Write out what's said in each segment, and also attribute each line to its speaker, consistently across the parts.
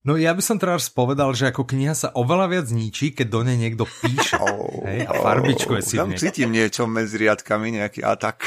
Speaker 1: No ja by som teraz povedal, že ako kniha sa oveľa viac ničí, keď do nej niekto píše. Hej, a farbičkuje si v nej.
Speaker 2: Tam cítim niečo medzi riadkami, nejaký atak.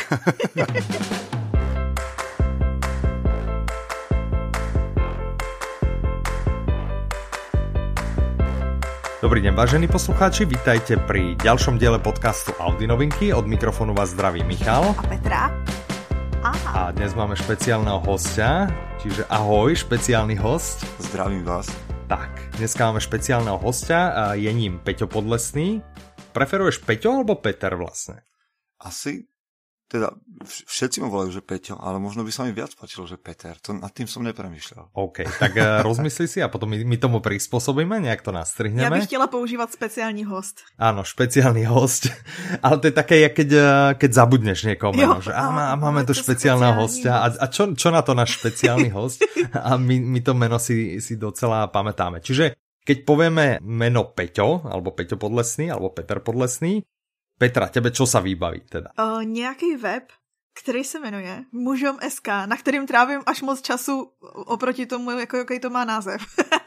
Speaker 1: Dobrý deň, vážení poslucháči, vítajte pri ďalšom diele podcastu Audi novinky. Od mikrofónu vás zdraví Michal.
Speaker 3: A Petra.
Speaker 1: A dnes máme špeciálneho hostia, čiže ahoj, špeciálny host.
Speaker 2: Zdravím vás.
Speaker 1: Tak, dneska máme špeciálneho hostia a je ním Peťo Podlesný. Preferuješ Peťo alebo Peter vlastne?
Speaker 2: Asi, teda všetci ma volajú, že Peťo, ale možno by sa mi viac páčilo, že Peter. Nad tým som nepremýšľal.
Speaker 1: OK, tak rozmysli si a potom my tomu prispôsobíme, nejak to nastrihneme.
Speaker 3: Ja bych chtěla používať speciální host.
Speaker 1: Áno, špeciálny host, ale to je také, keď zabudneš niekomu, že máme tu špeciálneho hostia a čo na to náš špeciálny host a my to meno si docela pamätáme. Čiže keď povieme meno Peťo, alebo Peťo Podlesný, alebo Peter Podlesný, Petra, tebe čo sa vybaví teda?
Speaker 3: Nějaký web, který se jmenuje Mužom.sk, na kterým trávím až moc času oproti tomu, jaký to má název.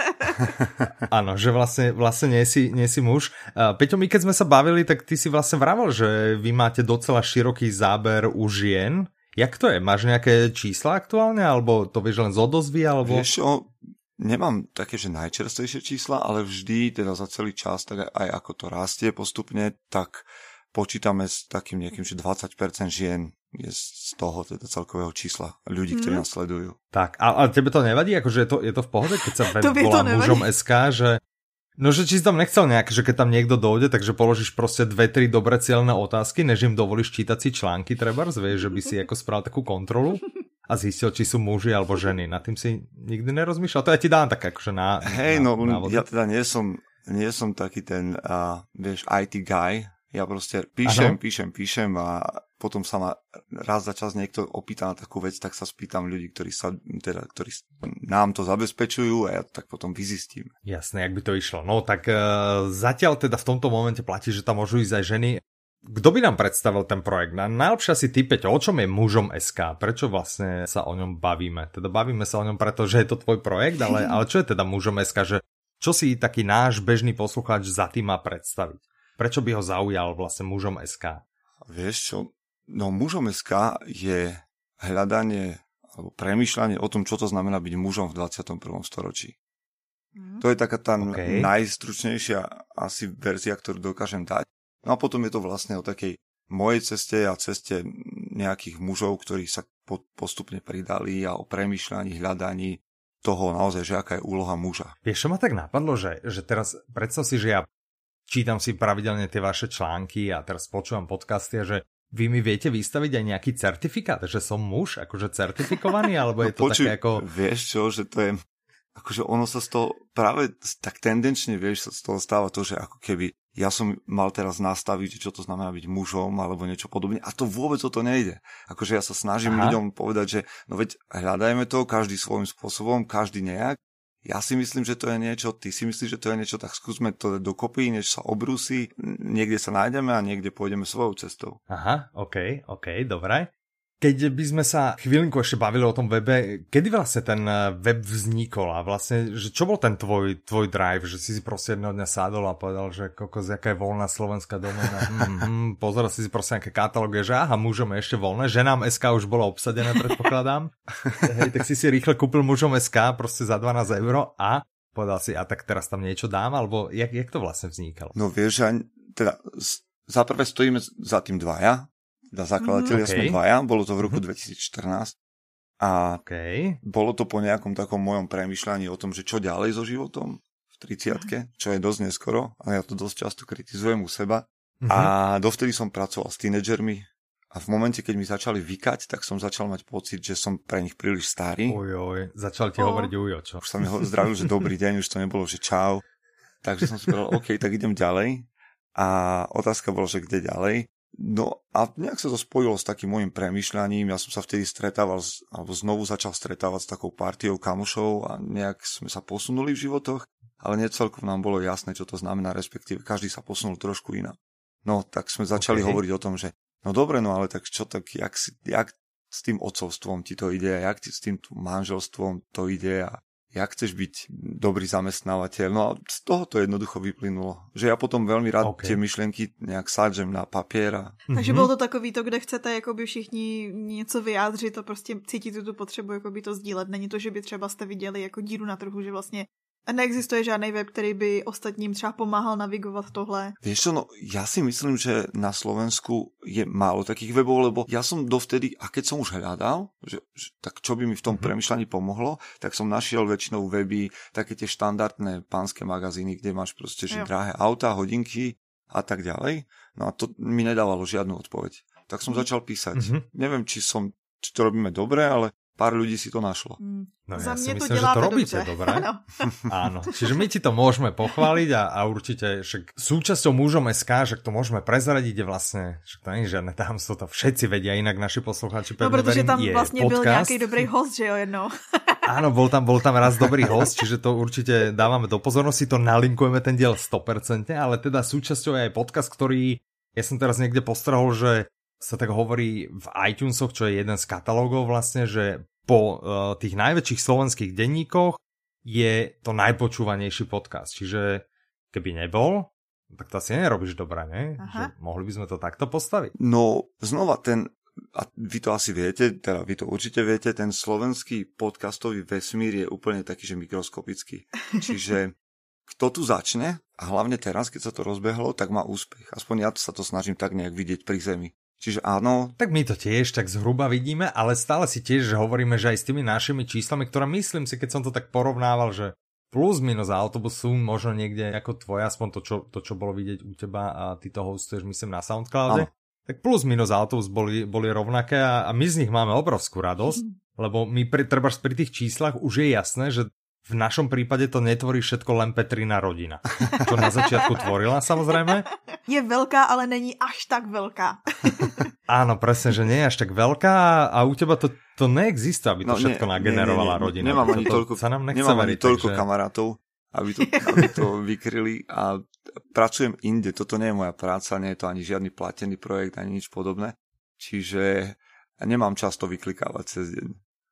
Speaker 1: Áno, že vlastne nie si muž. Peťo, my keď sme sa bavili, tak ty si vlastne vravel, že vy máte docela široký záber u žien. Jak to je? Máš nejaké čísla aktuálne, alebo to vieš len z odozvy, alebo...
Speaker 2: Vieš, nemám také, že najčerstvejšie čísla, ale vždy, teda za celý čas, tak aj ako to rastie postupne, tak počítame s takým nejakým, že 20% žien je z toho teda celkového čísla ľudí, ktorí nás sledujú.
Speaker 1: Tak, a tebe to nevadí? Akože je to v pohode, keď sa volá Mužom.sk, že či si tam nechcel nejak, že keď tam niekto dojde, takže položíš proste 2-3 dobre cieľné otázky, než im dovolíš čítať si články, trebárs, vieš, že by si ako spravil takú kontrolu a zistil, či sú muži alebo ženy. Nad tým si nikdy nerozmýšľal? To ja ti dám tak akože na...
Speaker 2: Hej, ja teda nie som taký ten, vieš, IT guy. Ja proste píšem a potom sa ma raz za čas niekto opýta na takú vec, tak sa spýtam ľudí, ktorí nám to zabezpečujú a ja to tak potom vyzistím.
Speaker 1: Jasné, jak by to išlo. No tak zatiaľ teda v tomto momente platí, že tam môžu ísť aj ženy. Kto by nám predstavil ten projekt? Najlepšie si ty, Peťo, o čom je Mužom.sk? Prečo vlastne sa o ňom bavíme? Teda bavíme sa o ňom, pretože je to tvoj projekt, ale čo je teda Mužom.sk? Že čo si taký náš bežný poslucháč za tým má predstaviť? Prečo by ho zaujal vlastne Mužom.sk?
Speaker 2: Vieš čo? No Mužom.sk je hľadanie alebo premýšľanie o tom, čo to znamená byť mužom v 21. storočí. To je taká tá najstručnejšia asi verzia, ktorú dokážem dať. No a potom je to vlastne o takej mojej ceste a ceste nejakých mužov, ktorí sa postupne pridali a o premýšľaní, hľadaní toho naozaj, že aká je úloha muža.
Speaker 1: Vieš, čo ma tak napadlo, že teraz predstav si, že ja čítam si pravidelne tie vaše články a teraz počúvam podcasty a že vy mi viete vystaviť aj nejaký certifikát, že som muž, akože certifikovaný, alebo je to také ako...
Speaker 2: Vieš čo, že to je... Akože ono sa z toho práve tak tendenčne, vieš, sa z toho stáva to, že ako keby ja som mal teraz nastaviť, čo to znamená byť mužom alebo niečo podobne a to vôbec o to nejde. Akože ja sa snažím ľuďom povedať, že no veď hľadajme to, každý svojím spôsobom, každý nejak. Ja si myslím, že to je niečo, ty si myslíš, že to je niečo, tak skúsme to dokopy, než sa obrúsi, niekde sa nájdeme a niekde pôjdeme svojou cestou.
Speaker 1: Aha, OK, dobre. Keď by sme sa chvíľinku ešte bavili o tom webe, kedy vlastne ten web vznikol a vlastne, že čo bol ten tvoj drive, že si proste jedného dňa sádol a povedal, že kokos, jaká je voľná slovenská doména, pozeral si proste nejaké katalógy, že aha, mužom je ešte voľné, ženám SK už bolo obsadené, predpokladám. Hej, tak si rýchle kúpil mužom SK proste za 12 € a povedal si, a tak teraz tam niečo dám, alebo jak to vlastne vznikalo?
Speaker 2: No vieš, teda za prvé stojíme za tým dvaja, zakladatelia sme dvaja, bolo to v roku 2014 a bolo to po nejakom takom mojom premýšľaní o tom, že čo ďalej so životom v 30-ke, čo je dosť neskoro, ale ja to dosť často kritizujem u seba a dovtedy som pracoval s tínedžermi a v momente, keď mi začali vykať, tak som začal mať pocit, že som pre nich príliš starý.
Speaker 1: Začal ti hovoriť ujo, čo?
Speaker 2: Už sa mi zdravil, že dobrý deň, už to nebolo, že čau, takže som si povedal, OK, tak idem ďalej a otázka bola, že kde ďalej. No a nejak sa to spojilo s takým môjim premýšľaním, ja som sa vtedy stretával, alebo znovu začal stretávať s takou partiou kamošov a nejak sme sa posunuli v životoch, ale necelkom nám bolo jasné, čo to znamená, respektíve každý sa posunul trošku inak. No tak sme začali hovoriť o tom, že no dobre, no ale tak čo, tak jak s tým otcovstvom ti to ide, jak s tým manželstvom to ide a jak chceš byť dobrý zamestnávateľ. No a z toho to jednoducho vyplynulo. Že ja potom veľmi rád tie myšlienky nejak sádžem na papier.
Speaker 3: Takže bylo to takový to, kde chcete jakoby všichni něco vyjádřit a prostě cítíte tu potřebu jakoby to sdílet. Není to, že by třeba jste viděli jako díru na trhu, že vlastně neexistuje žádný web, který by ostatním třeba pomáhal navigovat tohle.
Speaker 2: Vieš čo, no ja si myslím, že na Slovensku je málo takých webov, lebo ja som dovtedy, a keď som už hľadal, že tak čo by mi v tom premýšľaní pomohlo, tak som našiel väčšinou weby, také tie štandardné pánske magazíny, kde máš proste že drahé autá, hodinky a tak ďalej. No a to mi nedávalo žiadnu odpoveď. Tak som začal písať. Neviem, či to robíme dobre, ale pár ľudí si to našlo.
Speaker 1: No ja si myslím, že to robíte dobre. Áno. Čiže my ti to môžeme pochváliť a určite však súčasťou mužom SK, že to môžeme prezradiť, je vlastne, že to nie je žiadne tajomstvo, to všetci vedia, inak naši poslucháči pevne
Speaker 3: protože
Speaker 1: verím,
Speaker 3: tam vlastne byl nejaký dobrý host, že jo, jednou.
Speaker 1: Áno, bol tam raz dobrý host, čiže to určite dávame do pozornosti, to nalinkujeme ten diel 100%, ale teda súčasťou je aj podcast, ktorý, ja som teraz niekde postrehol, že sa tak hovorí v iTunesoch, čo je jeden z katalógov vlastne, že po tých najväčších slovenských denníkoch je to najpočúvanejší podcast. Čiže keby nebol, tak to asi nerobíš dobre, ne? Že mohli by sme to takto postaviť.
Speaker 2: No, znova a vy to asi viete, teda vy to určite viete, ten slovenský podcastový vesmír je úplne taký, že mikroskopický. Čiže kto tu začne, a hlavne teraz, keď sa to rozbehlo, tak má úspech. Aspoň ja sa to snažím tak nejak vidieť pri zemi. Čiže áno.
Speaker 1: Tak my to tiež tak zhruba vidíme, ale stále si tiež že hovoríme, že aj s tými našimi číslami, ktoré myslím si, keď som to tak porovnával, že plus minus autobus sú možno niekde ako tvoje, aspoň to, čo bolo vidieť u teba a ty to hostuješ, myslím, na Soundcloude. Áno. Tak plus minus autobus boli rovnaké a my z nich máme obrovskú radosť, lebo my pri tých číslach už je jasné, že v našom prípade to netvorí všetko len Petrina rodina. Čo na začiatku tvorila, samozrejme.
Speaker 3: Je veľká, ale není až tak veľká.
Speaker 1: Áno, presne, že nie je až tak veľká a u teba to neexistuje, aby to všetko nagenerovala rodina.
Speaker 2: Nemám ani toľko
Speaker 1: takže...
Speaker 2: kamarátov, aby to vykryli a pracujem inde. Toto nie je moja práca, nie je to ani žiadny platený projekt, ani nič podobné. Čiže nemám čas to vyklikávať cez deň.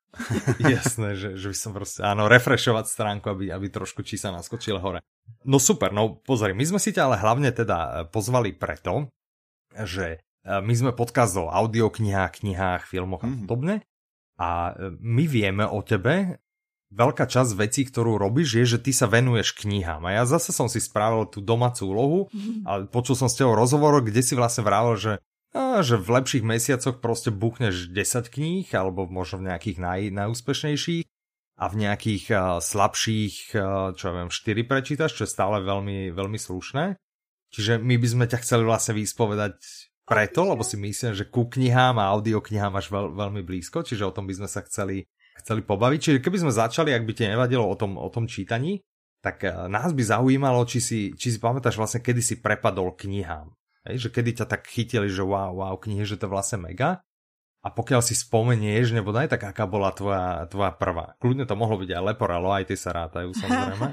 Speaker 1: Jasné, že by som proste, áno, refreshovať stránku, aby trošku čísla naskočili hore. No super, no pozri, my sme si ťa ale hlavne teda pozvali preto, že my sme podcast o audioknihách, filmoch a podobne a my vieme o tebe, veľká časť vecí, ktorú robíš, je, že ty sa venuješ knihám a ja zase som si spravil tú domácu úlohu a počul som s tebou rozhovor, kde si vlastne vravel, že v lepších mesiacoch proste buchneš 10 kníh, alebo možno v nejakých najúspešnejších a v nejakých slabších, čo ja viem, 4 prečítaš, čo je stále veľmi, veľmi slušné. Čiže my by sme ťa chceli vlastne vyspovedať preto, lebo si myslím, že ku knihám a audioknihám máš veľmi blízko, čiže o tom by sme sa chceli pobaviť. Čiže keby sme začali, ak by ti nevadilo o tom čítaní, tak nás by zaujímalo, či si pamätáš vlastne, kedy si prepadol knihám. Že kedy ťa tak chytili, že wow, knihy, že to je vlastne mega. A pokiaľ si spomenieš, nebo daj tak, aká bola tvoja prvá. Kľudne to mohlo byť aj Leporello, aj tie sa rátajú, samozrejme.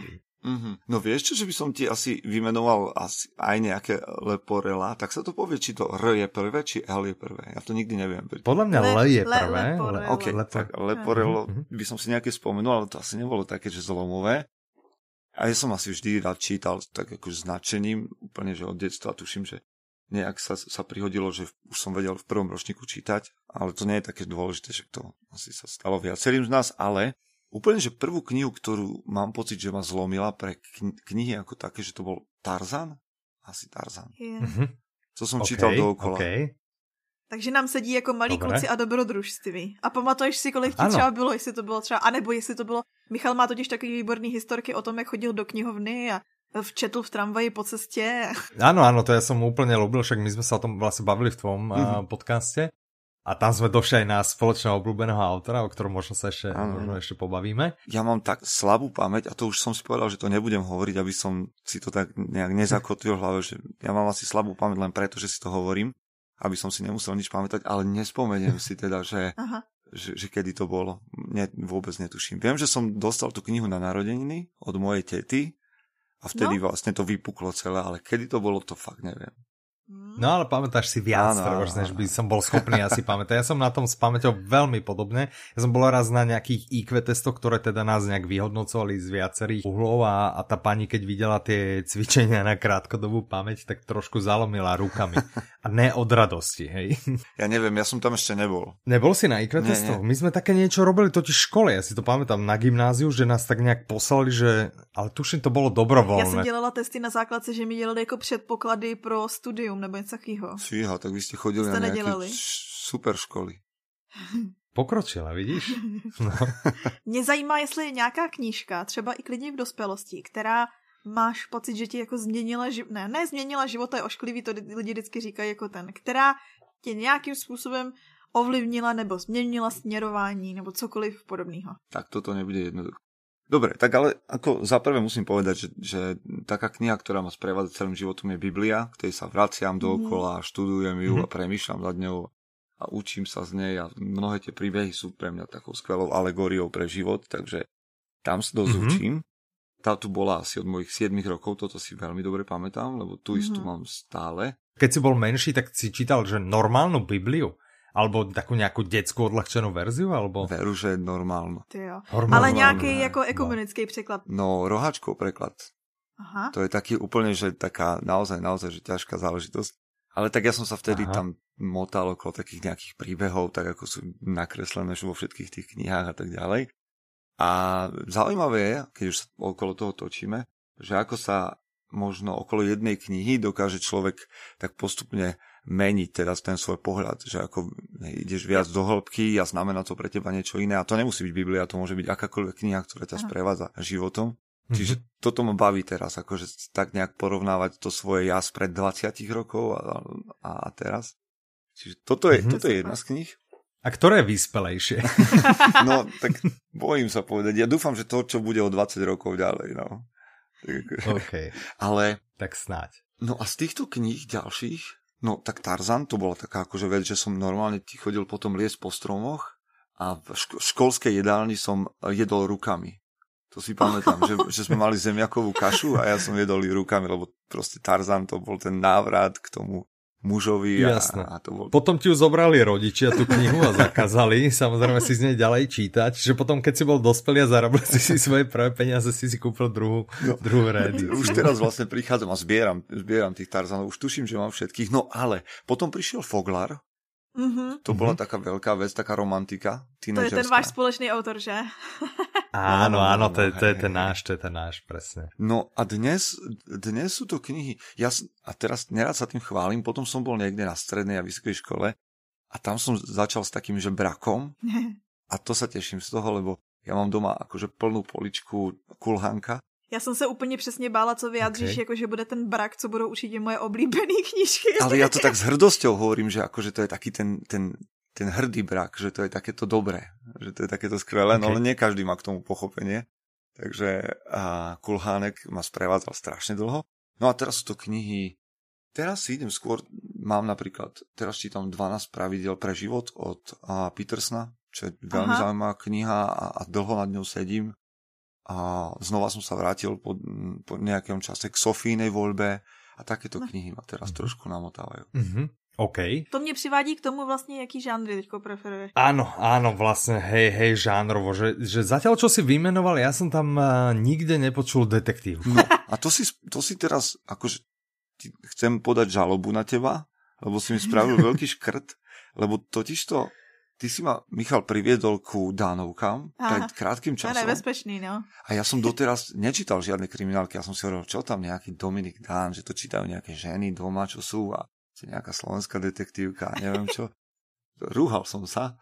Speaker 2: No vieš čo, že by som ti asi vymenoval aj nejaké Leporella, tak sa to povie, či to R je prvé, či L je prvé. Ja to nikdy neviem.
Speaker 1: Podľa mňa L je prvé.
Speaker 2: Ok, tak Leporello by som si nejaké spomenul, ale to asi nebolo také, že zlomové. A ja som asi vždy rád čítal tak ako značením, úplne, že od detstva tuším, že nejak sa prihodilo, že už som vedel v prvom ročníku čítať, ale to nie je také dôležité, že to asi sa stalo viacerým z nás, ale úplne, že prvú knihu, ktorú mám pocit, že ma zlomila pre knihy ako také, že to bol Tarzan? Asi Tarzan.
Speaker 3: Yeah.
Speaker 2: To som čítal dookola.
Speaker 1: Okay.
Speaker 3: Takže nám sedí jako malí kluci a dobrodružství. A pamatuješ si, kolik ti třeba bylo, jestli to bylo třeba, anebo jestli to bylo, Michal má totiž takový výborný historky o tom, jak chodil do knihovny a četl v tramvaji po cestě.
Speaker 1: Áno, to ja som úplne ľúbil, však my sme sa o tom vlastne bavili v tvojom podcaste. A tam sme došli aj na spoločného obľúbeného autora, o ktorom možno sa ešte pobavíme.
Speaker 2: Ja mám tak slabú pamäť, a to už som si povedal, že to nebudem hovoriť, aby som si to tak nejak nezakotvil v hlave, že ja mám asi slabú pamäť len preto, že si to hovorím, aby som si nemusel nič pamätať, ale nespomeniem si teda, že kedy to bolo. Vôbec netuším. Viem, že som dostal tú knihu na narodeniny od mojej tety a vtedy vlastne to vypuklo celé, ale kedy to bolo, to fakt neviem.
Speaker 1: No ale pamätáš si viac, než by som bol schopný asi pamätať. Ja som na tom s pamäťou veľmi podobne. Ja som bol raz na nejakých IQ testoch, ktoré teda nás nejak vyhodnocovali z viacerých uhlov a tá pani, keď videla tie cvičenia na krátkodobú pamäť, tak trošku zalomila rukami. A ne od radosti, hej.
Speaker 2: Ja neviem, ja som tam ešte nebol.
Speaker 1: Nebol si na IQ testoch? My sme také niečo robili totiž v škole. Ja si to pamätám na gymnáziu, že nás tak nejak poslali, že... Ale tuším, to bolo dobrovoľné.
Speaker 3: Já jsem dělala testy na základce, že mi dělali jako předpoklady pro studium nebo něco takového.
Speaker 2: Fíha, tak vy ste chodili na nejaké super školy.
Speaker 1: Pokročila, vidíš? No.
Speaker 3: Mě zajímá, jestli je nějaká knížka, třeba i klidně v dospělosti, která máš pocit, že ti jako změnila život, ne změnila život, to je ošklivý, to lidi vždycky říkají jako ten, která tě nějakým způsobem ovlivnila nebo změnila směrování nebo cokoliv podobného.
Speaker 2: Tak toto nebude jednoduché. Dobre, tak ale ako za prvé musím povedať, že taká kniha, ktorá ma sprevádza celým životom, je Biblia, ktorej sa vraciam dookola, študujem ju a premýšľam nad ňou a učím sa z nej a mnohé tie príbehy sú pre mňa takou skvelou alegóriou pre život, takže tam sa dosť učím. Tá tu bola asi od mojich 7 rokov, toto si veľmi dobre pamätám, lebo tu istú mám stále.
Speaker 1: Keď si bol menší, tak si čítal, že normálnu Bibliu? Alebo takú nejakú detskú odľahčenú verziu? Alebo...
Speaker 2: Veru, že normálno.
Speaker 3: Ale nejaký jako ekumenický překlad.
Speaker 2: No, roháčkov preklad.
Speaker 3: Aha.
Speaker 2: To je taký úplne, že taká naozaj, že ťažká záležitosť. Ale tak ja som sa vtedy tam motal okolo takých nejakých príbehov, tak ako sú nakreslené vo všetkých tých knihách a tak ďalej. A zaujímavé je, keď už sa okolo toho točíme, že ako sa možno okolo jednej knihy dokáže človek tak postupne meniť teraz ten svoj pohľad, že ako ideš viac do hĺbky a znamená to pre teba niečo iné. A to nemusí byť Biblia, to môže byť akákoľvek kniha, ktorá ťa sprevádza životom. Čiže toto ma baví teraz, akože tak nejak porovnávať to svoje ja spred 20 rokov a teraz. Čiže toto je jedna z kníh.
Speaker 1: A ktoré je vyspelejšie?
Speaker 2: No, tak bojím sa povedať. Ja dúfam, že to, čo bude o 20 rokov ďalej, no.
Speaker 1: OK.
Speaker 2: Ale...
Speaker 1: Tak snáď.
Speaker 2: No a z týchto kníh ďalších, no tak Tarzan, to bola taká akože vec, že som normálne chodil potom liesť po stromoch a v školskej jedálni som jedol rukami. To si pamätám, že sme mali zemiakovú kašu a ja som jedol rukami, lebo proste Tarzan to bol ten návrat k tomu mužovi a to bol...
Speaker 1: Potom ti ju zobrali rodičia tú knihu a zakázali, samozrejme si z nej ďalej čítať, že potom keď si bol dospelý a zarobil si svoje prvé peniaze, si kúpil druhú reedíciu.
Speaker 2: Už teraz vlastne prichádzam a zbieram tých Tarzanov, už tuším, že mám všetkých, no ale potom prišiel Foglar. To bola taká veľká vec, taká romantika.
Speaker 3: To je ten váš spoločný autor, že?
Speaker 1: Áno, to je ten náš, presne.
Speaker 2: No a dnes sú to knihy. A teraz nerad sa tým chválim, potom som bol niekde na strednej a vysokej škole a tam som začal s takým, že brakom a to sa teším z toho, lebo ja mám doma akože plnú poličku kulhanka.
Speaker 3: Já jsem se úplně přesně bála, co vyjádříš, jako že bude ten brak, co budou určitě moje oblíbené knížky.
Speaker 2: Ale ja to tak s hrdosťou hovorím, že akože to je taký ten hrdý brak, že to je takéto dobré, že to je takéto skvelé, no ale nie každý má k tomu pochopenie. Takže Kulhánek ma sprevádzal strašne dlho. No a teraz sú to knihy, teraz si idem skôr, mám napríklad, teraz čítam 12 pravidiel pre život od Petersona, čo je veľmi zaujímavá kniha a dlho nad ňou sedím. A znova som sa vrátil po nejakom čase k Sofínej voľbe a takéto knihy ma teraz trošku namotávajú.
Speaker 1: OK.
Speaker 3: To mě přivádí k tomu vlastně, jaký žánry teďko preferuješ.
Speaker 1: Áno, vlastne, hej, žánrovo, že zatiaľ, čo si vymenoval, ja som tam nikde nepočul detektívku.
Speaker 2: No, a to si teraz, akože chcem podať žalobu na teba, lebo si mi spravil veľký škrt, lebo totižto ty si ma, Michal, priviedol ku Dánovkám pred krátkým časom.
Speaker 3: To je nebezpečný, no.
Speaker 2: A ja som doteraz nečítal žiadne kriminálky. Ja som si hovoril, čo tam nejaký Dominik Dán, že to čítajú nejaké ženy doma, čo sú a nejaká slovenská detektívka, neviem čo. Rúhal som sa.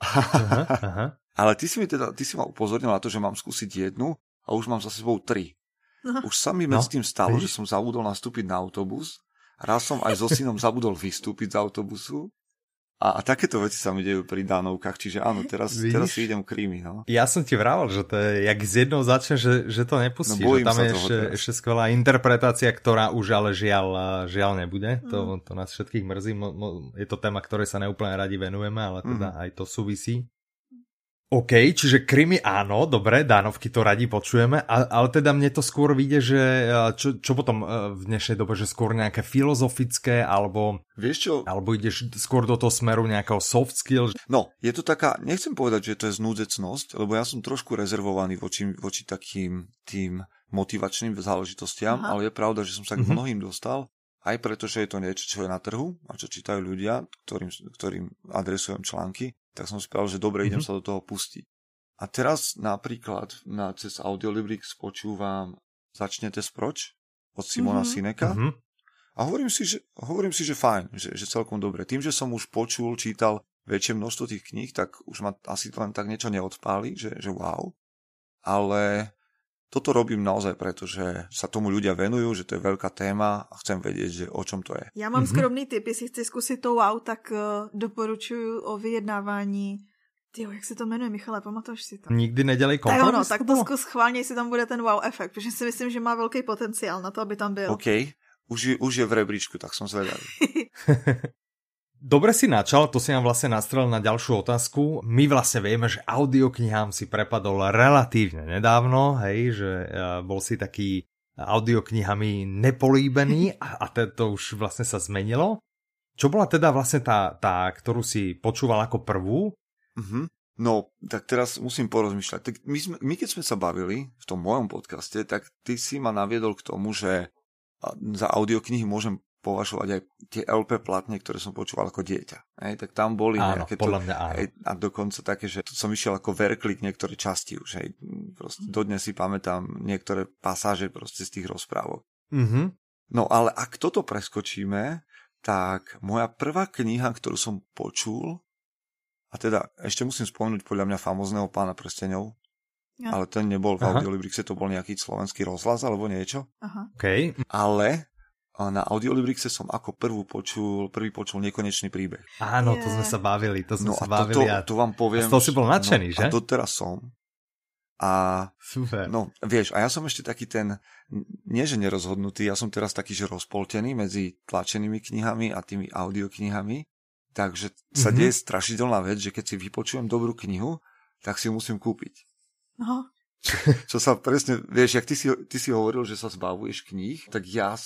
Speaker 2: Ale ty si ma upozornil na to, že mám skúsiť jednu a už mám za sebou 3. Už sa mi medzi tým stalo, že som zabudol nastúpiť na autobus. Raz som aj so synom zabudol vystúpiť z autobusu. A takéto veci sa mi dejú pri Dánovkách, čiže áno, teraz si idem krímy, no.
Speaker 1: Ja som ti vravel, že to je, jak z jednou začne, že to nepustí, no, že tam je ešte skvelá interpretácia, ktorá už ale žiaľ nebude, to nás všetkých mrzí, je to téma, ktorej sa neúplne radi venujeme, ale teda aj to súvisí. OK, čiže krimi áno, dobre, Dánovky to radi počujeme, ale teda mne to skôr vyjde, že čo potom v dnešnej dobe, že skôr nejaké filozofické, alebo
Speaker 2: vieš čo?
Speaker 1: Alebo ideš skôr do toho smeru nejakého soft skill?
Speaker 2: No, je to taká, nechcem povedať, že to je znúdzecnosť, lebo ja som trošku rezervovaný voči takým tým motivačným záležitostiam, ale je pravda, že som sa k mnohým dostal, aj preto, že je to niečo, čo je na trhu a čo čítajú ľudia, ktorým adresujem články, tak som si povedal, že dobre, idem sa do toho pustiť. A teraz napríklad cez Audiolibrix počúvam Začnete sproč od Simona Sineka a hovorím si, že fajn, že celkom dobre. Tým, že som už čítal väčšie množstvo tých kníh, tak už ma asi len tak niečo neodpáli, že wow. Ale toto robím naozaj preto, že sa tomu ľudia venujú, že to je veľká téma a chcem vedieť, že o čom to je.
Speaker 3: Já mám skromný tip, jestli chci zkusit to wow, tak doporučuju o vyjednávání. Tyjo, jak se to jmenuje, Michale, pamatuješ si to?
Speaker 1: Nikdy nedělej kompromis.
Speaker 3: Tak to zkus schválně, jestli tam bude ten wow efekt, protože si myslím, že má velký potenciál na to, aby tam byl.
Speaker 2: OK, už je v rebríčku, tak som zvedavý.
Speaker 1: Dobre si načal, to si nám vlastne nastrelil na ďalšiu otázku. My vlastne vieme, že audioknihám si prepadol relatívne nedávno, hej, že bol si taký audioknihami nepolíbený a to už vlastne sa zmenilo. Čo bola teda vlastne tá ktorú si počúval ako prvú?
Speaker 2: No, tak teraz musím porozmýšľať. Tak my keď sme sa bavili v tom mojom podcaste, tak ty si ma naviedol k tomu, že za audioknihy môžem považovať aj tie LP platne, ktoré som počúval ako dieťa. Tak tam boli nejaké
Speaker 1: podľa mňa áno.
Speaker 2: A dokonca také, že som išiel ako verklik niektoré časti už. Proste dodnes si pamätám niektoré pasáže proste z tých rozprávok. No ale ak toto preskočíme, tak moja prvá kniha, ktorú som počul, a teda ešte musím spomenúť podľa mňa famózneho Pána prsteňov, ale ten nebol v Audiolibrixe, to bol nejaký slovenský rozhlas alebo niečo.
Speaker 1: Okay.
Speaker 2: Ale na Audiolibrixe som ako prvý počul Nekonečný príbeh.
Speaker 1: Áno, to sme sa bavili. To
Speaker 2: vám poviem.
Speaker 1: A z toho si bol nadšený, že?
Speaker 2: A doteraz som. A
Speaker 1: super.
Speaker 2: No, vieš, a ja som ešte taký ten, nie že nerozhodnutý, ja som teraz taký, že rozpoltený medzi tlačenými knihami a tými audioknihami, takže sa deje strašidelná vec, že keď si vypočujem dobrú knihu, tak si ju musím kúpiť.
Speaker 3: No.
Speaker 2: Čo sa presne, vieš, jak ty si hovoril, že sa zbavuješ kníh, tak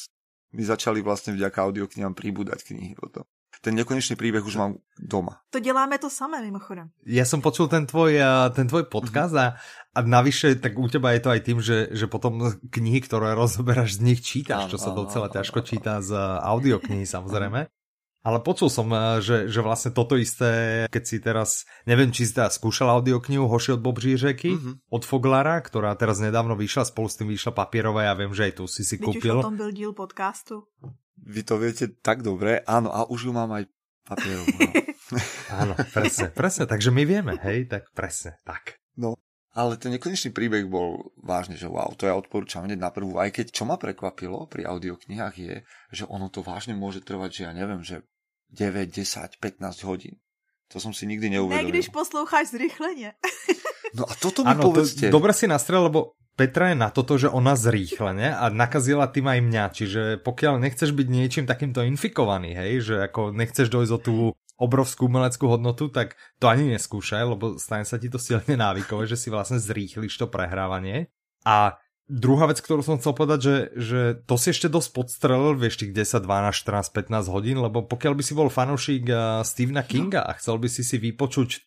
Speaker 2: mi začali vlastne vďaka audioknihám pribúdať knihy potom. Ten Nekonečný príbeh už mám doma.
Speaker 3: To děláme to samé, mimochodem.
Speaker 1: Ja som počul ten tvoj podcast a navyše, tak u teba je to aj tým, že potom knihy, ktoré rozoberáš, z nich čítaš, čo sa docela ťažko číta z audioknihy, samozrejme. Ale počul som, že vlastne toto isté, keď si teraz, neviem, či si teda skúšal audioknihu Hoši od Bobřířeky od Foglara, ktorá teraz nedávno vyšla, spolu s tým vyšla papierová, ja viem, že aj tu si kúpil.
Speaker 3: Už o tom byl díl podcastu.
Speaker 2: Vy to viete tak dobre, áno, a už ju mám aj papierovú. No.
Speaker 1: Áno, presne, takže my vieme, hej, tak presne, tak.
Speaker 2: No, ale ten Nekonečný príbeh bol vážne, že wow, to ja odporúčam hneď na prvú, aj keď čo ma prekvapilo pri audioknihách je, že ono to vážne môže trvať, že ja neviem, že 9, 10, 15 hodín. To som si nikdy neuvedomil.
Speaker 3: Ne, když posloucháš zrychleně.
Speaker 2: No a toto mi povedzte.
Speaker 1: Dobre si nastrel, lebo Petra je na toto, že ona zrýchlene a nakazila tým aj mňa, čiže pokiaľ nechceš byť niečím takýmto infikovaný, hej, že ako nechceš dojsť o tú obrovskú umeleckú hodnotu, tak to ani neskúšaj, lebo stane sa ti to silne návykové, že si vlastne zrýchliš to prehrávanie. A druhá vec, ktorú som chcel povedať, že to si ešte dosť podstrelil, vieš, tých 10, 12, 14, 15 hodín, lebo pokiaľ by si bol fanúšik Stephena Kinga a chcel by si vypočuť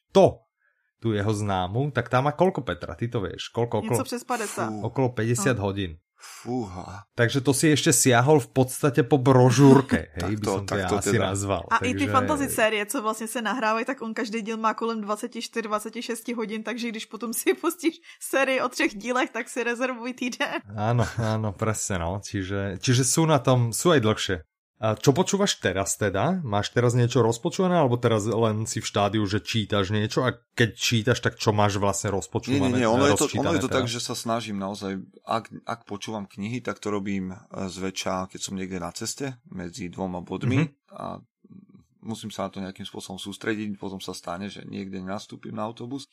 Speaker 1: tú jeho známu, tak tam má koľko, Petra? Ty to vieš? Koľko?
Speaker 3: Něco přes 50.
Speaker 1: Okolo 50 hodín.
Speaker 2: Fúha.
Speaker 1: Takže to si ešte siahol v podstate po brožúrke, hej, by som to ja asi nazval.
Speaker 3: A i ty fantasy série, co vlastně se nahrávají, tak on každý díl má kolem 24-26 hodin, takže když potom si pustíš sérii o 3 dílech, tak si rezervuj týden.
Speaker 1: Áno, presne, no. Čiže sú na tom, sú aj dlhšie. A čo počúvaš teraz teda? Máš teraz niečo rozpočúvané, alebo teraz len si v štádiu, že čítaš niečo a keď čítaš, tak čo máš vlastne rozpočúvané?
Speaker 2: Nie, ono je to tak, že sa snažím naozaj, ak počúvam knihy, tak to robím zväčša, keď som niekde na ceste medzi dvoma bodmi a musím sa na to nejakým spôsobom sústrediť, potom sa stane, že niekde nastúpim na autobus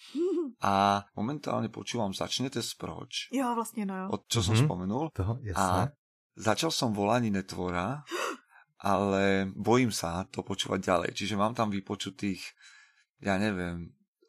Speaker 2: a momentálne počúvam Začnete sproč.
Speaker 3: Jo, vlastne no.
Speaker 2: Čo som spomenul. A začal som Volání netvora, ale bojím sa to počúvať ďalej. Čiže mám tam vypočutých, ja neviem,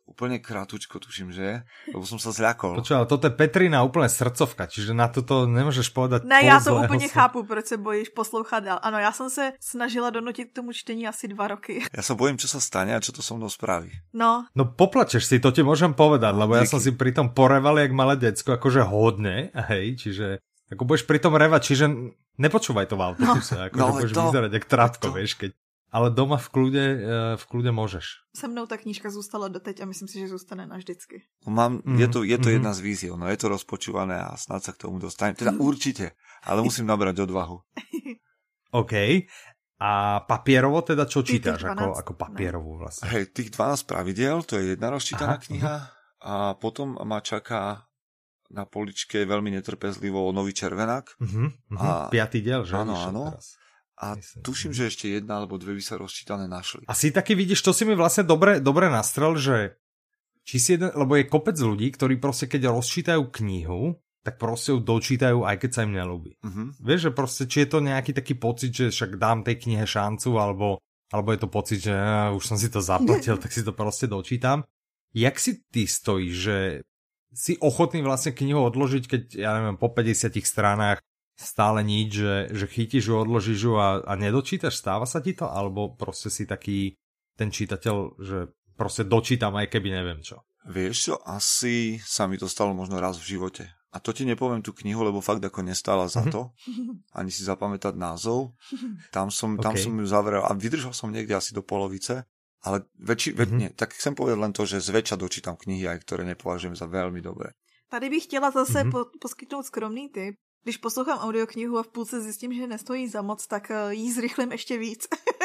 Speaker 2: úplne krátko, tuším, že? Lebo som sa zľakol.
Speaker 1: Počúva, toto je Petrina úplne srdcovka, čiže na toto nemôžeš povedať.
Speaker 3: Ne, já to úplně chápu, proč se bojíš poslouchat dál. Ano, já jsem se snažila donutit k tomu čtení asi 2 roky.
Speaker 2: Ja sa bojím, čo sa stane a čo to so mnou spraví.
Speaker 3: No.
Speaker 1: No poplačeš si, to ti môžem povedať, lebo ja som si pri tom poreval jak malé decko, akože hodne, hej, čiže ako budeš pri tom revať, čiže nepočúvaj to v autobuse, akože budeš vyzerať jak trapko, vieš, keď... Ale doma v kľude môžeš.
Speaker 3: Se mnou ta knížka zůstala doteď a myslím si, že zůstane navždycky.
Speaker 2: Je to jedna z víziev, no je to rozpočúvané a snad sa k tomu dostanem. Teda určite, ale musím nabrať odvahu.
Speaker 1: OK. A papierovo teda čo čítaš ako papierovú vlastne?
Speaker 2: Hej, tých 12 pravidiel, to je jedna rozčítaná kniha a potom ma čaká na poličke veľmi netrpezlivo Nový červenák.
Speaker 1: A 5. diel, že?
Speaker 2: Áno. A tuším, že ešte 1 alebo 2 by sa rozčítané našli.
Speaker 1: A si taký vidíš, to si mi vlastne dobre nastrel, že či si jeden, lebo je kopec ľudí, ktorí proste keď rozčítajú knihu, tak proste ju dočítajú, aj keď sa im neľúbi. Vieš, že proste, či je to nejaký taký pocit, že však dám tej knihe šancu, alebo je to pocit, že už som si to zaplatil, tak si to proste dočítam. Jak si ty stojíš, že si ochotný vlastne knihu odložiť, keď, ja neviem, po 50 stranách stále nič, že chytíš ju, odložíš ju a nedočítaš? Stáva sa ti to? Alebo proste si taký ten čítateľ, že proste dočítam, aj keby neviem čo?
Speaker 2: Vieš čo, asi sa mi to stalo možno raz v živote. A to ti nepoviem tú knihu, lebo fakt ako nestála za to. Ani si zapamätať názov. Tam som ju zavrel a vydržal som niekde asi do polovice. Ale nie, tak chcem povedať len to, že zväčša dočítam knihy, aj ktoré nepovažujem za veľmi dobré.
Speaker 3: Tady bych chtěla zase poskytnout skromný tip. Když poslouchám audioknihu a v půlce zjistím, že nestojí za moc, tak jí zrychlím ještě víc.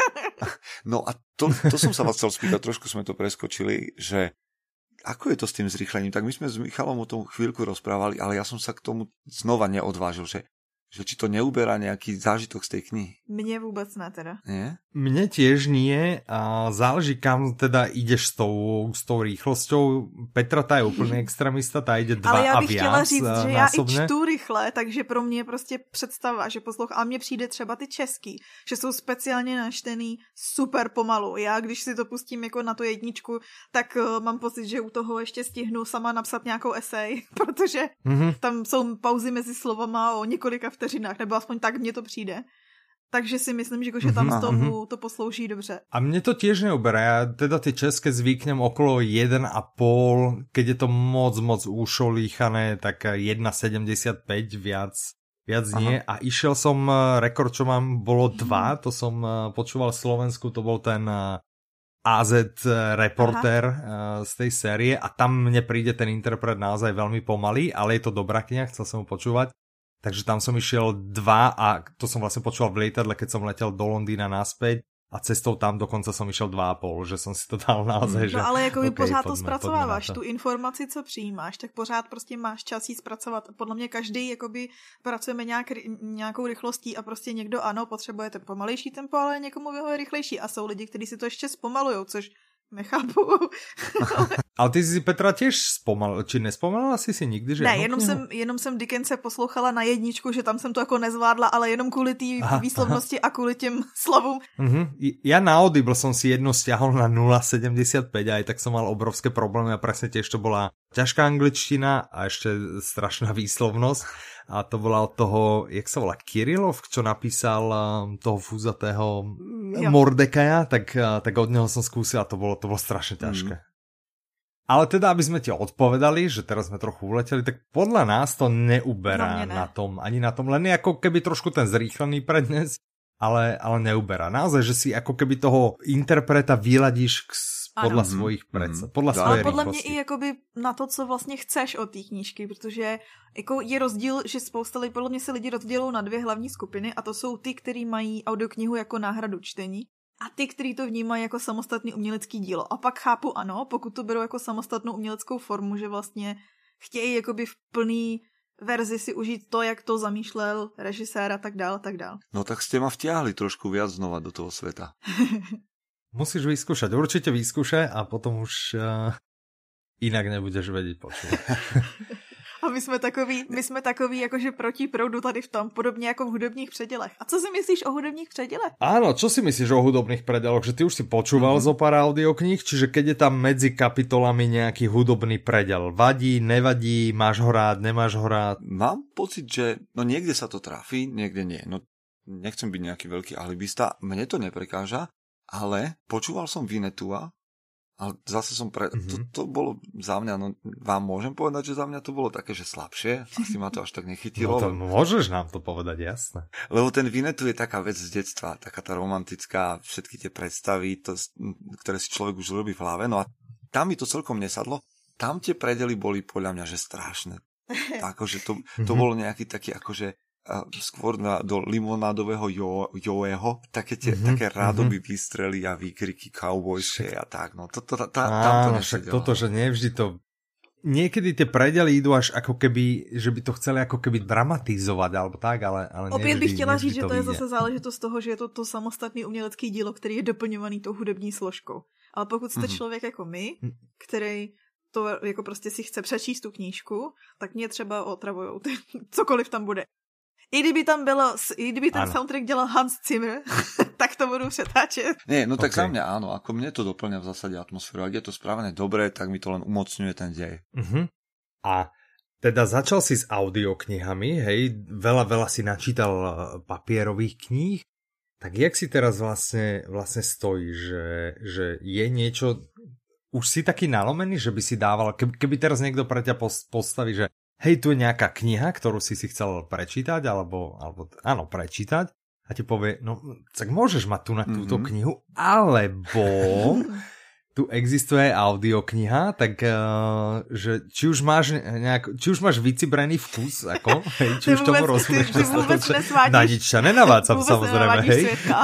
Speaker 2: No a to som sa vás chcel spýtať, trošku sme to preskočili, že ako je to s tým zrýchlením? Tak my sme s Michalom o tom chvíľku rozprávali, ale ja som sa k tomu znova neodvážil, že či to neuberá nejaký zážitok z tej knihy.
Speaker 3: Mne vôbec ne teda.
Speaker 2: Nie?
Speaker 1: Mne tiež nie a záleží kam teda ideš s tou rýchlosťou. Petra tá je úplný extrémista, tá ide 2 a viac.
Speaker 3: Ale já bych chtěla říct, že já i
Speaker 1: násobne.
Speaker 3: čtu rychle, takže pro mě je prostě představa, že poslouchám. A mně přijde třeba ty český, že jsou speciálně načtený super pomalu. Já když si to pustím jako na tu 1, tak mám pocit, že u toho ještě stihnu sama napsat nějakou esej, protože tam jsou pauzy mezi slovama o několika vteřinách, nebo aspoň tak mně to přijde. Takže si myslím, že tam z tomu to poslouží dobře. A
Speaker 1: mne to tiež neuberá. Ja teda tie české zvyknem okolo 1,5, keď je to moc ušolíchané, tak 1,75 viac nie. A išiel som, rekord, čo mám, bolo 2, to som počúval v Slovensku, to bol ten AZ reporter z tej série a tam mne príde ten interpret naozaj veľmi pomalý, ale je to dobrá kniha, chcel som ho počúvať. Takže tam som išiel 2 a to som vlastne počúval v lietadle, keď som letel do Londýna naspäť a cestou tam dokonca som išiel 2,5, že som si to dal naozaj, že...
Speaker 3: No ale jako pořád to zpracováváš, tu informaci, co přijímáš, tak pořád prostě máš čas jí zpracovat. Podle mě každý jakoby pracujeme nějakou rychlostí a prostě někdo ano, potřebuje ten pomalejší tempo, ale někomu vyhovuje rychlejší a jsou lidi, kteří si to ještě zpomalujou, což nechápu.
Speaker 1: Ale ty si Petra tiež či nespomalila si nikdy, že...
Speaker 3: Ne, jenom jsem Dickense poslouchala na 1, že tam jsem to jako nezvládla, ale jenom kvůli té výslovnosti a kvůli těm slovům.
Speaker 1: Ja na Audible som si jednu stiahol na 0,75 a aj tak som mal obrovské problémy a presne tiež to bola ťažká angličtina a ešte strašná výslovnosť. A to bola od toho, jak sa volá, Kirilov, čo napísal toho fúzatého Mordekaja, tak od neho som skúsil a to bolo strašne ťažké. Ale teda, aby sme ti odpovedali, že teraz sme trochu uleteli, tak podľa nás to neuberá na tom, ani na tom, len je ako keby trošku ten zrýchlený prednes, ale neuberá. Naozaj, že si ako keby toho interpreta vyladíš podľa svojich predstav, podľa svojej rýchlosti.
Speaker 3: Ale podle mě i jakoby na to, co vlastně chceš od té knížky, protože jako je rozdíl, že spousta lidí, podle mě se lidi rozdělují na 2 hlavní skupiny a to jsou ty, kteří mají audioknihu jako náhradu čtení a ty, kteří to vnímají jako samostatný umělecký dílo. A pak chápu, ano, pokud to berou jako samostatnou uměleckou formu, že vlastně chtějí jakoby v plný verzi si užít to, jak to zamýšlel režisér a tak dál, tak dál.
Speaker 2: No tak ste ma vtiahli trošku viac znova do toho sveta.
Speaker 1: Musíš vyskúšať, určite vyskúšaj a potom už inak nebudeš vedieť počúvať.
Speaker 3: A A my jsme takový jakože proti proudu tady v tom, podobně jako v hudobních předělech. A co si myslíš o hudobních předělech?
Speaker 1: Áno, čo si myslíš o hudobných predeloch? Že ty už si počúval zo pár audiokníh, čiže keď je tam medzi kapitolami nejaký hudobný predel, vadí, nevadí, máš ho rád, nemáš ho rád?
Speaker 2: Mám pocit, že no niekde sa to trafí, niekde nie. No nechcem byť nejaký veľký alibista, mne to neprekáža, ale počúval som Vinetua. Ale zase som to bolo za mňa, no vám môžem povedať, že za mňa to bolo také, že slabšie. Asi ma to až tak nechytilo.
Speaker 1: No to môžeš nám to povedať, jasné.
Speaker 2: Lebo ten Vinetu je taká vec z detstva, taká tá romantická, všetky tie predstavy, ktoré si človek už robí v hlave. No a tam mi to celkom nesadlo. Tam tie predely boli podľa mňa, že strašné. Akože to bolo nejaký taký akože skôr do limonádového Joeho, také rádoby výstrely a výkriky kaubojské a tak, no tam to nesedelo.
Speaker 1: Toto, že nevždy to... Niekedy tie predely idú až ako keby, že by to chceli ako keby dramatizovať, alebo tak, ale
Speaker 3: opět bych chtěla říct, že to je
Speaker 1: vyjde.
Speaker 3: zase záležitost toho, že je to samostatný umělecký dílo, který je doplňovaný tou hudební složkou. Ale pokud jste člověk jako my, který to jako prostě si chce přečíst tu knížku, tak mě třeba otravujou cokoliv tam bude. I kdyby ten soundtrack dělal Hans Zimmer, tak to budu přetáčet.
Speaker 2: Nie, no tak za mňa áno, ako mne to doplňa v zásade atmosféru. Ak je to spravené dobre, tak mi to len umocňuje ten dej.
Speaker 1: A teda začal si s audioknihami, hej, veľa si načítal papierových kníh, tak jak si teraz vlastne stojíš, že je niečo, už si taký nalomený, že by si dával, keby teraz niekto pre ťa postaví, že hej, tu je nejaká kniha, ktorú si chcel prečítať, alebo áno, prečítať a ti povie, no, tak môžeš mať tu na túto knihu, alebo tu existuje audiokniha, tak že či už máš vycibrený vkus, ako, hej, či už tomu rozumieš, na nič sa nenavácam, samozrejme, hej.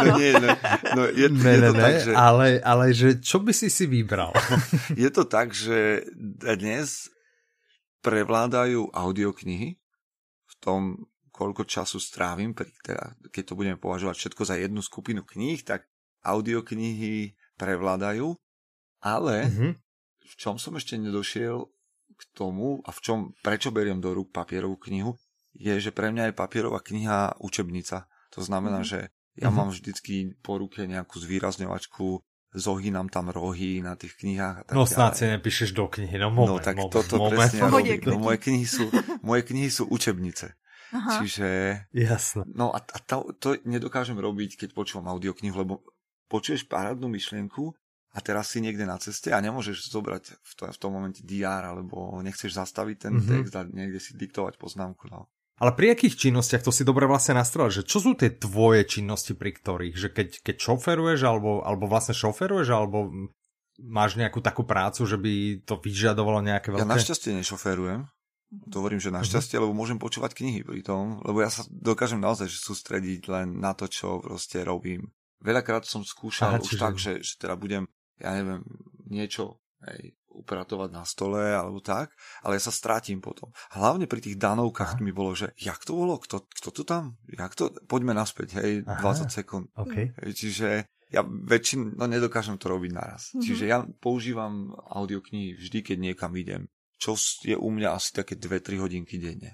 Speaker 2: Je to tak, že...
Speaker 1: ale že čo by si vybral?
Speaker 2: Je to tak, že dnes prevládajú audioknihy v tom, koľko času strávim, keď to budeme považovať všetko za jednu skupinu kníh, tak audioknihy prevládajú, ale v čom som ešte nedošiel k tomu a prečo beriem do rúk papierovú knihu, je, že pre mňa je papierová kniha učebnica. To znamená, že ja mám vždycky po ruke nejakú zvýrazňovačku, zohýnam tam rohy na tých knihách.
Speaker 1: No snáď si nepíšeš do knihy, no moment.
Speaker 2: No tak toto presne robím. No, moje knihy sú učebnice. Aha. Čiže...
Speaker 1: Jasné.
Speaker 2: No a to nedokážem robiť, keď počúvam audioknihu, lebo počuješ parádnu myšlienku a teraz si niekde na ceste a nemôžeš zobrať v tom momente DR, alebo nechceš zastaviť ten text a niekde si diktovať poznámku. No.
Speaker 1: Ale pri akých činnostiach, to si dobre vlastne nastrojil, že čo sú tie tvoje činnosti, pri ktorých, že keď šoferuješ, alebo vlastne šoferuješ, alebo máš nejakú takú prácu, že by to vyžadovalo nejaké veľké...
Speaker 2: Ja našťastie nešoferujem, to hovorím, že našťastie, lebo môžem počúvať knihy pri tom, lebo ja sa dokážem naozaj sústrediť len na to, čo proste robím. Veľakrát som skúšal už tak, že teda budem, ja neviem, niečo upratovať na stole alebo tak, ale ja sa strátim potom. Hlavne pri tých danovkách mi bolo, že jak to bolo? Kto tu tam? Poďme naspäť, 20 sekúnd.
Speaker 1: Okay.
Speaker 2: Čiže ja nedokážem to robiť naraz. Čiže ja používam audioknihy vždy, keď niekam idem. Čo je u mňa asi také 2-3 hodinky denne.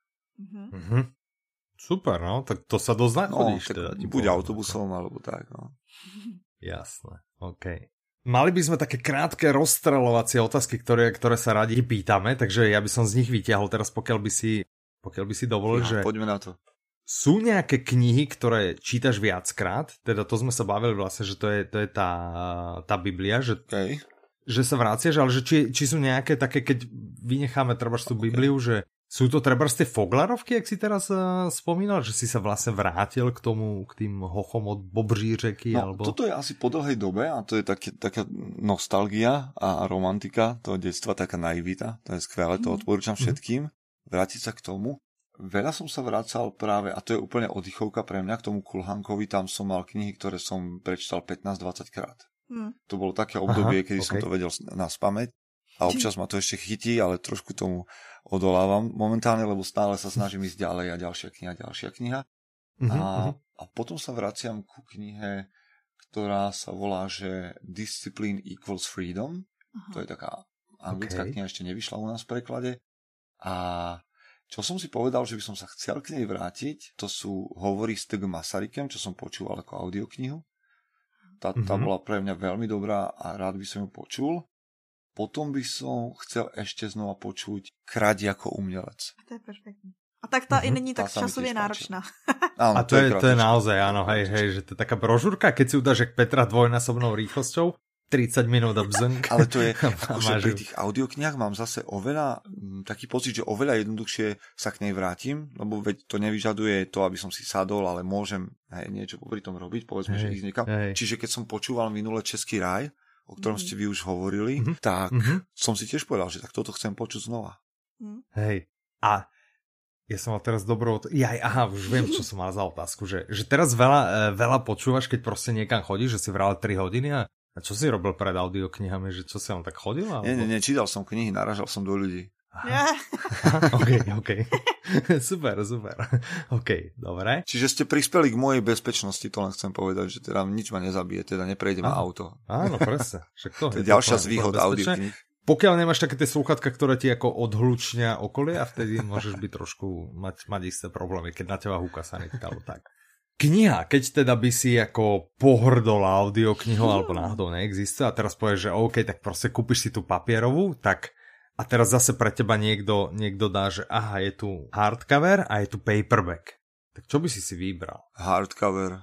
Speaker 1: Super, no, tak to sa dosť nachodíš.
Speaker 2: No, teda, buď autobusom, alebo tak, no.
Speaker 1: Jasné, okej. Mali by sme také krátke rozstreľovacie otázky, ktoré sa radi pýtame, takže ja by som z nich vyťahol teraz, pokiaľ by si dovolil, že...
Speaker 2: Poďme na to.
Speaker 1: Sú nejaké knihy, ktoré čítaš viackrát? Teda to sme sa bavili vlastne, že to je tá Biblia, že sa vraciaš, ale že či sú nejaké také, keď vynecháme trebárs tú Bibliu, že sú to trebárs tie Foglarovky, jak si teraz spomínal, že si sa vlastne vrátil k tým hochom od Bobří řeky?
Speaker 2: No, alebo... toto je asi po dlhej dobe a to je taká nostalgia a romantika toho detstva, taká naivita, to je skvelé, to odporúčam všetkým, vrátiť sa k tomu. Veľa som sa vracal práve, a to je úplne oddychovka pre mňa, k tomu Kulhankovi, tam som mal knihy, ktoré som prečítal 15-20 krát. To bolo také obdobie, kedy som to vedel naspamäť. A občas ma to ešte chytí, ale trošku tomu odolávam momentálne, lebo stále sa snažím ísť ďalej a ďalšia kniha. A potom sa vraciam ku knihe, ktorá sa volá, že Discipline equals freedom. To je taká anglická kniha, ešte nevyšla u nás v preklade. A čo som si povedal, že by som sa chcel k nej vrátiť, to sú hovory s T.G. Masarykem, čo som počúval ako audioknihu. Tá bola pre mňa veľmi dobrá a rád by som ju počul. Potom by som chcel ešte znova počuť Krať ako umelec.
Speaker 3: To je perfektní. A tak tá i není tak časově náročná.
Speaker 2: Áno,
Speaker 1: a to je naozaj, áno, hej, že to je taká brožúrka, keď si udáš Petra dvojnásobnou rýchlosťou, 30 minút a bzunk.
Speaker 2: Ale to je, akože pri tých audioknihách mám zase oveľa, taký pocit, že oveľa jednoduchšie sa k nej vrátim, lebo veď to nevyžaduje to, aby som si sadol, ale môžem niečo popri tom robiť, povedzme, že ísť niekam. Čiže keď som počúval minule Český raj, o ktorom ste vy už hovorili, tak som si tiež povedal, že tak toto chcem počuť znova.
Speaker 1: Hej, a ja som mal teraz dobrou... už viem, čo som mal za otázku, že teraz veľa počúvaš, keď proste niekam chodíš, že si vral 3 hodiny a čo si robil pred audioknihami, že čo si on tak chodil? Alebo...
Speaker 2: Nie, čítal som knihy, naražal som do ľudí.
Speaker 1: OK. Super. OK, dobre.
Speaker 2: Čiže ste prispeli k mojej bezpečnosti, to len chcem povedať, že teda nič ma nezabije, teda neprejde ma auto.
Speaker 1: Áno, presne.
Speaker 2: To je ďalšia z výhod audiokníh.
Speaker 1: Pokiaľ nemáš také tie slúchatka, ktoré ti ako odhlučnia okolie a vtedy môžeš byť trošku mať isté problémy, keď na teba húka sanitka alebo tak. Kniha, keď teda by si ako pohrdol audioknihou alebo náhodou neexistuje a teraz povieš, že OK, tak proste kúpiš si tú papierovú, tak a teraz zase pre teba niekto dá, že aha, je tu hardcover a je tu paperback. Tak čo by si vybral?
Speaker 2: Hardcover.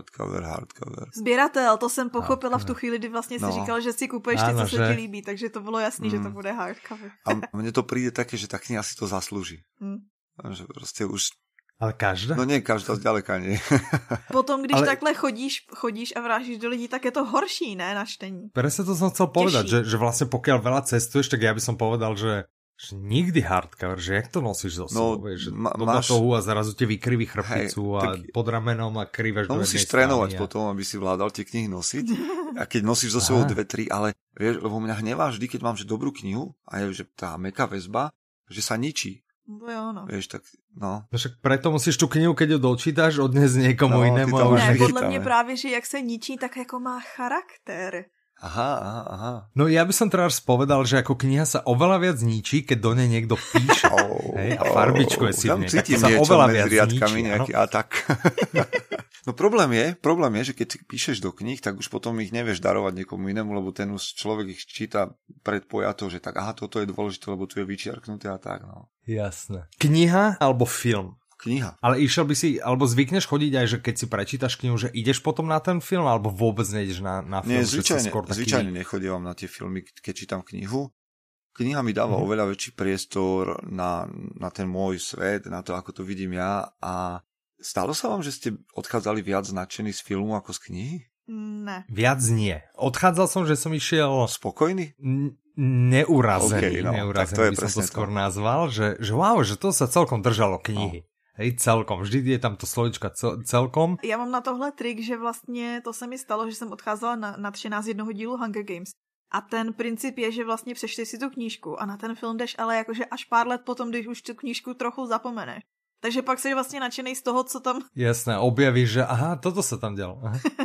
Speaker 3: Sběratel, to jsem pochopila v tu chvíli, kdy vlastně si říkal, že si kúpeš ty, co se ti líbí, takže to bylo jasný, že to bude hardcover.
Speaker 2: A mne to príde také, že tá kniha si to zaslúži. Že proste už...
Speaker 1: Ale každá?
Speaker 2: No nie, každá zďaleka nie.
Speaker 3: Potom, když takhle chodíš a vrážíš do lidí, tak je to horší, ne, na čtení.
Speaker 1: Presne to som chcel povedať, že vlastne pokiaľ veľa cestuješ, tak ja by som povedal, že nikdy hardcover, že jak to nosíš zo sebou, že do batohu a zrazu te vykriví chrbticu a pod ramenom a krivaš do jednej strany.
Speaker 2: Musíš trénovať potom, aby si vládal tie knihy nosiť. A keď nosíš zo sebou 2-3, ale vieš, lebo mňa hnevá vždy, keď mám že dobrú knihu a je, že tá mäkká väzba, že sa ničí.
Speaker 3: To je ono.
Speaker 2: Vieš, tak, no.
Speaker 1: Však preto musíš tú knihu, keď ju dočítaš, odniesť niekomu inému.
Speaker 3: Ne, podle mě právě, že jak se ničí, tak jako má charakter.
Speaker 2: Aha.
Speaker 1: No ja by som teraz povedal, že ako kniha sa oveľa viac ničí, keď do nej niekto píše. A farbičkuje si v nej.
Speaker 2: Tam cítim niečo medzi riadkami, nejaký atak. No problém je, že keď píšeš do kníh, tak už potom ich nevieš darovať niekomu inému, lebo ten už človek ich číta predpojato, že tak aha, toto je dôležité, lebo tu je vyčiarknuté a tak, no.
Speaker 1: Jasné. Kniha alebo film?
Speaker 2: Kniha.
Speaker 1: Ale išiel by si, alebo zvykneš chodiť aj, že keď si prečítaš knihu, že ideš potom na ten film, alebo vôbec nejdeš na film?
Speaker 2: Nie, zvyčajne nechodievam na tie filmy, keď čítam knihu. Kniha mi dáva oveľa väčší priestor na ten môj svet, na to, ako to vidím ja. A stalo sa vám, že ste odchádzali viac nadšení z filmu ako z knihy?
Speaker 3: Ne.
Speaker 1: Viac nie. Odchádzal som, že som išiel...
Speaker 2: Spokojný?
Speaker 1: Neurazený.
Speaker 2: Okay,
Speaker 1: neurazený by som to skôr nazval, že wow, že to sa celkom držalo knihy. Hej, celkom. Vždy je tam to slovička celkom.
Speaker 3: Já mám na tohle trik, že vlastně to se mi stalo, že jsem odcházela nadšená z jednoho dílu Hunger Games. A ten princip je, že vlastně přečteš si tu knížku a na ten film jdeš, ale jakože až pár let potom, když už tu knížku trochu zapomeneš. Takže pak jsi vlastně nadšenej z toho, co tam...
Speaker 1: Jasné, objavíš, že aha, toto sa tam dělo.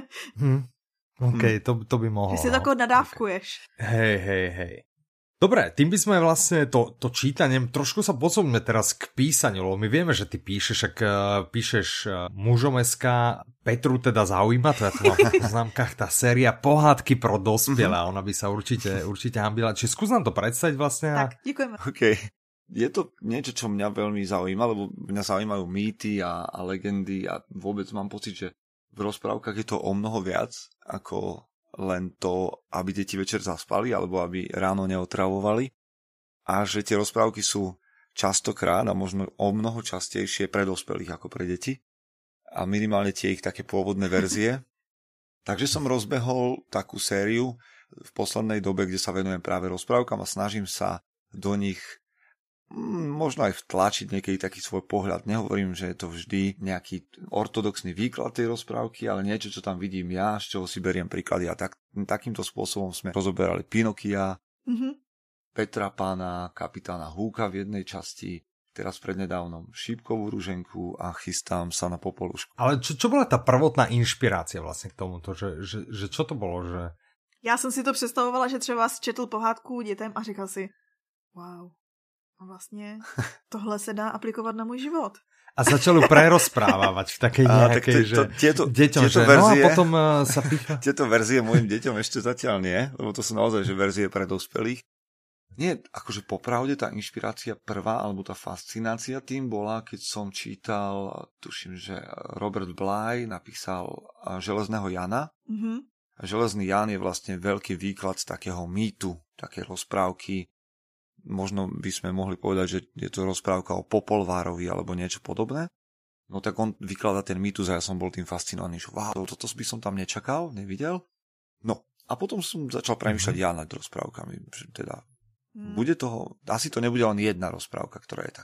Speaker 1: OK, to by mohlo.
Speaker 3: Ty si tako nadávkuješ.
Speaker 1: Hej. Dobre, tým by sme vlastne to čítanie, trošku sa posuneme teraz k písaniu, lebo my vieme, že ty píšeš, ak píšeš mužom.sk, Petru teda zaujíma, to ja tu mám v poznámkach, tá séria Pohádky pro dospelé, ona by sa určite hambila. Čiže skús nám to predstaviť vlastne.
Speaker 3: Tak, ďakujeme.
Speaker 2: OK. Je to niečo, čo mňa veľmi zaujíma, lebo mňa zaujímajú mýty a legendy a vôbec mám pocit, že v rozprávkach je to o mnoho viac ako len to, aby deti večer zaspali alebo aby ráno neotravovali a že tie rozprávky sú častokrát a možno o mnoho častejšie pre dospelých ako pre deti a minimálne tie ich také pôvodné verzie. Takže som rozbehol takú sériu v poslednej dobe, kde sa venujem práve rozprávkam a snažím sa do nich možno aj vtlačiť niekedy taký svoj pohľad. Nehovorím, že je to vždy nejaký ortodoxný výklad tej rozprávky, ale niečo, čo tam vidím ja, z čoho si beriem príklady. A takýmto spôsobom sme rozoberali Pinokia, Petra Pána, kapitána Húka v jednej časti, teraz prednedávnom Šípkovú ruženku a chystám sa na Popolušku.
Speaker 1: Ale čo bola tá prvotná inšpirácia vlastne k tomuto? Že čo to bolo? Že...
Speaker 3: Já jsem si to představovala, že třeba četl pohádku dětem a říkal si, wow, Vlastně tohle se dá aplikovat na můj život.
Speaker 1: A začal ju prerozprávať v takej nejakej, že deťom, že verzie, no a potom sa pícha.
Speaker 2: Tieto verzie mojim deťom ešte zatiaľ nie, lebo to sú naozaj že verzie pre dospelých. Nie, akože popravde tá inšpirácia prvá, alebo tá fascinácia tým bola, keď som čítal, tuším, že Robert Bly napísal Železného Jana. Mm-hmm. Železný Jan je vlastne veľký výklad z takého mýtu, také rozprávky. Možno by sme mohli povedať, že je to rozprávka o Popolvárovi alebo niečo podobné. No tak on vykladá ten mýtus a ja som bol tým fascinovaný, že wow, toto by som tam nečakal, nevidel. No a potom som začal premýšľať ja nad rozprávkami, že teda bude toho, asi to nebude len jedna rozprávka, ktorá je tak.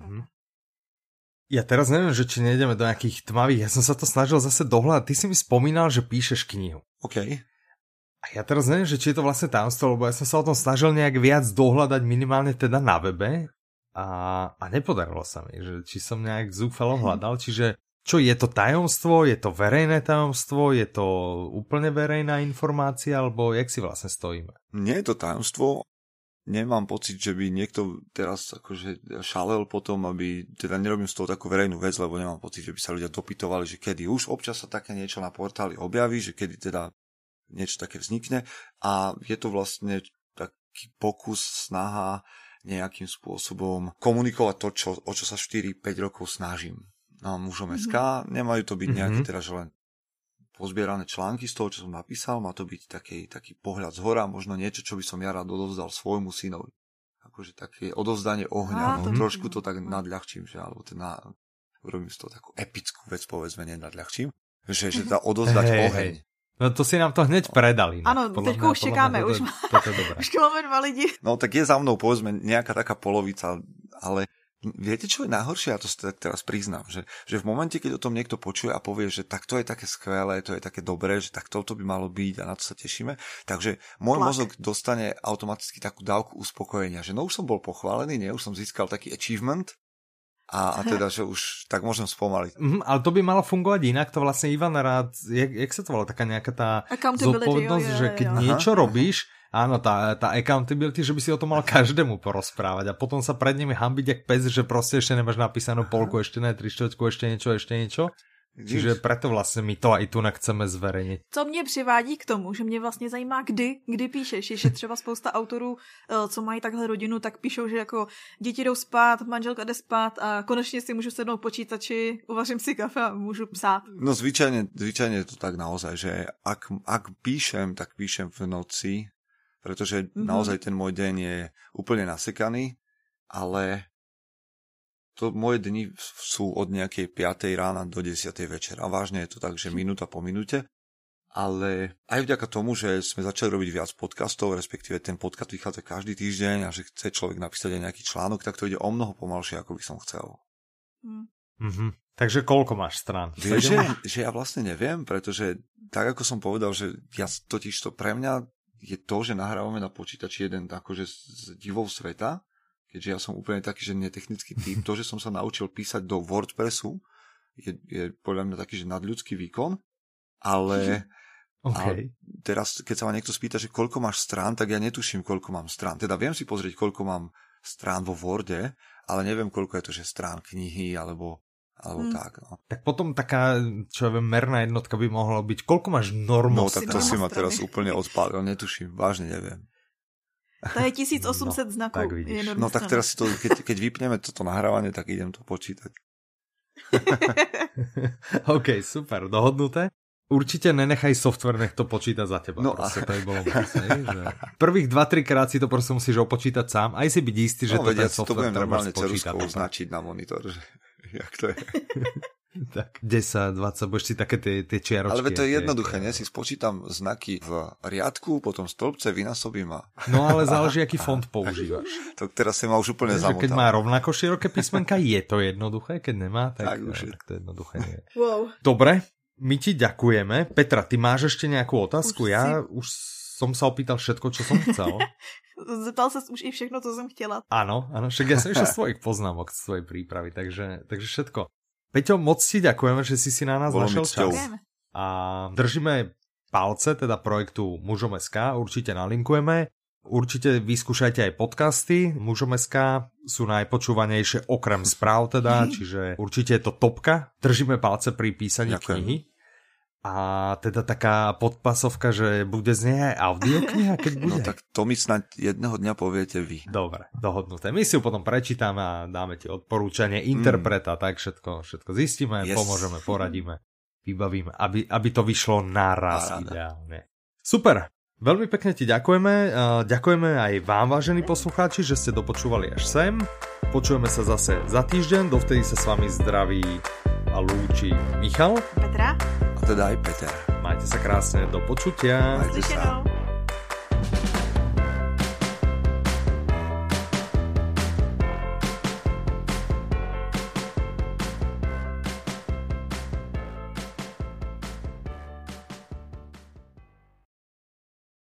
Speaker 1: Ja teraz neviem, že či nejdeme do nejakých tmavých, ja som sa to snažil zase dohľadať, ty si mi spomínal, že píšeš knihu.
Speaker 2: OK.
Speaker 1: A ja teraz neviem, že či je to vlastne tajomstvo, lebo ja som sa o tom snažil nejak viac dohľadať minimálne teda na webe a nepodarilo sa mi, že či som nejak zúfalo hľadal, čiže čo je to tajomstvo, je to verejné tajomstvo, je to úplne verejná informácia, alebo jak si vlastne stojíme?
Speaker 2: Nie je to tajomstvo, nemám pocit, že by niekto teraz akože šalel potom, aby, teda nerobím z toho takú verejnú vec, lebo nemám pocit, že by sa ľudia dopytovali, že kedy už občas sa také niečo na portáli objaví, že kedy teda niečo také vznikne a je to vlastne taký pokus, snaha nejakým spôsobom komunikovať to, o čo sa 4-5 rokov snažím. No, mužom SK, nemajú to byť nejaké teda, že len pozbierané články z toho, čo som napísal, má to byť taký pohľad zhora, možno niečo, čo by som ja rád odovzdal svojmu synovi. Akože také odovzdanie ohňa, trošku to tak nadľahčím, že, alebo urobím z toho takú epickú vec, povedzme, nenadľahčím, že dá odovzdať oheň.
Speaker 1: No to si nám to hneď predali.
Speaker 3: Ano, teďko už čekáme, už máme 2 lidi.
Speaker 2: No tak je za mnou, povedzme, nejaká taká polovica, ale viete, čo je najhoršie? Ja to si teraz priznám, že v momente, keď o tom niekto počuje a povie, že tak to je také skvelé, to je také dobré, že tak toto by malo byť a na to sa tešíme, takže môj mozog dostane automaticky takú dávku uspokojenia, že no už som bol pochválený, nie, už som získal taký achievement, a teda, že už tak môžem spomaliť.
Speaker 1: Ale to by malo fungovať inak, to vlastne Ivan rád, jak sa to volá, taká nejaká tá zodpovednosť, že keď niečo robíš, áno, tá accountability, že by si o tom mal každému porozprávať a potom sa pred nimi hanbiť jak pes, že proste ešte nemáš napísanú polku, ešte ne, 3/4, ešte niečo. Čiže preto vlastně my to i tu nechceme zveřejnit.
Speaker 3: Co mě přivádí k tomu, že mě vlastně zajímá, kdy píšeš. Ještě třeba spousta autorů, co mají takhle rodinu, tak píšou, že jako děti jdou spát, manželka jde spát a konečně si můžu sednout počítači, uvařím si kafe a můžu psát.
Speaker 2: No zvyčajne je to tak naozaj, že ak píšem, tak píšem v noci, pretože naozaj ten môj deň je úplne nasekaný, ale to moje dni sú od nejakej 5. rána do 10. večera. A vážne je to tak, že minúta po minúte. Ale aj vďaka tomu, že sme začali robiť viac podcastov, respektíve ten podcast vychádza každý týždeň a že chce človek napísať aj nejaký článok, tak to ide o mnoho pomalšie, ako by som chcel.
Speaker 1: Takže koľko máš strán?
Speaker 2: Vieš, že ja vlastne neviem, pretože tak, ako som povedal, že ja totiž to pre mňa je to, že nahrávame na počítači jeden akože z divov sveta, keďže ja som úplne taký, že netechnický typ. To, že som sa naučil písať do WordPressu, je podľa mňa taký, že nadľudský výkon, ale teraz, keď sa ma niekto spýta, že koľko máš strán, tak ja netuším, koľko mám strán. Teda viem si pozrieť, koľko mám strán vo Worde, ale neviem, koľko je to, že strán knihy, alebo tak. No.
Speaker 1: Tak potom taká, čo ja viem, merná jednotka by mohla byť, koľko máš normov?
Speaker 2: No tak to si ma teraz úplne odpálil, netuším, vážne neviem.
Speaker 3: To je 1800 znakov.
Speaker 1: Tak vidíš.
Speaker 2: No tak teraz si to, keď vypneme toto nahrávanie, tak idem to počítať.
Speaker 1: OK, super, dohodnuté. Určite nenechaj software, nech to počíta za teba. No proste, to by bolo vlastne, že prvých 2-3 krát si to proste musíš opočítať sám, aj si byť istý, že to ten software treba spočítať.
Speaker 2: To budem normálne ceruskou značiť na monitor, že jak to je.
Speaker 1: Tak 10, 20, budeš si také tie čiaročky.
Speaker 2: Ale to je jednoduché, ne? Si spočítam znaky v riadku, potom stĺpce, vynásobím a...
Speaker 1: No ale záleží, aký font používaš.
Speaker 2: To teraz sa ma už úplne zamotal.
Speaker 1: Keď má rovnako široké písmenka, je to jednoduché, keď nemá, tak to jednoduché nie je.
Speaker 3: Wow.
Speaker 1: Dobre, my ti ďakujeme. Petra, ty máš ešte nejakú otázku? Ja už som sa opýtal všetko, čo som chcel.
Speaker 3: Zeptal sa už i všechno, co som chtěla.
Speaker 1: Áno, však ja som ešte svojich poznámok z svojej prípravy, takže všetko. Peťo, moc ti ďakujeme, že si na nás našiel čas. A držíme palce teda projektu Mužom.sk, určite nalinkujeme. Určite vyskúšajte aj podcasty. Mužom.sk sú najpočúvanejšie okrem správ teda, čiže určite je to topka. Držíme palce pri písaní knihy. A teda taká podpasovka, že bude z nej aj audiokniha, keď bude.
Speaker 2: No tak to mi snáď jedného dňa poviete vy.
Speaker 1: Dobre, dohodnuté. My si ju potom prečítame a dáme ti odporúčanie interpreta, tak všetko zistíme, pomôžeme, poradíme, vybavíme, aby to vyšlo naraz ideálne. Super, veľmi pekne ti ďakujeme. Ďakujeme aj vám, vážení poslucháči, že ste dopočúvali až sem. Počujeme sa zase za týždeň, dovtedy sa s vami zdraví a lúči Michal,
Speaker 3: Petra
Speaker 2: a teda aj Peter.
Speaker 1: Majte sa krásne, do počutia.
Speaker 2: Majte sa.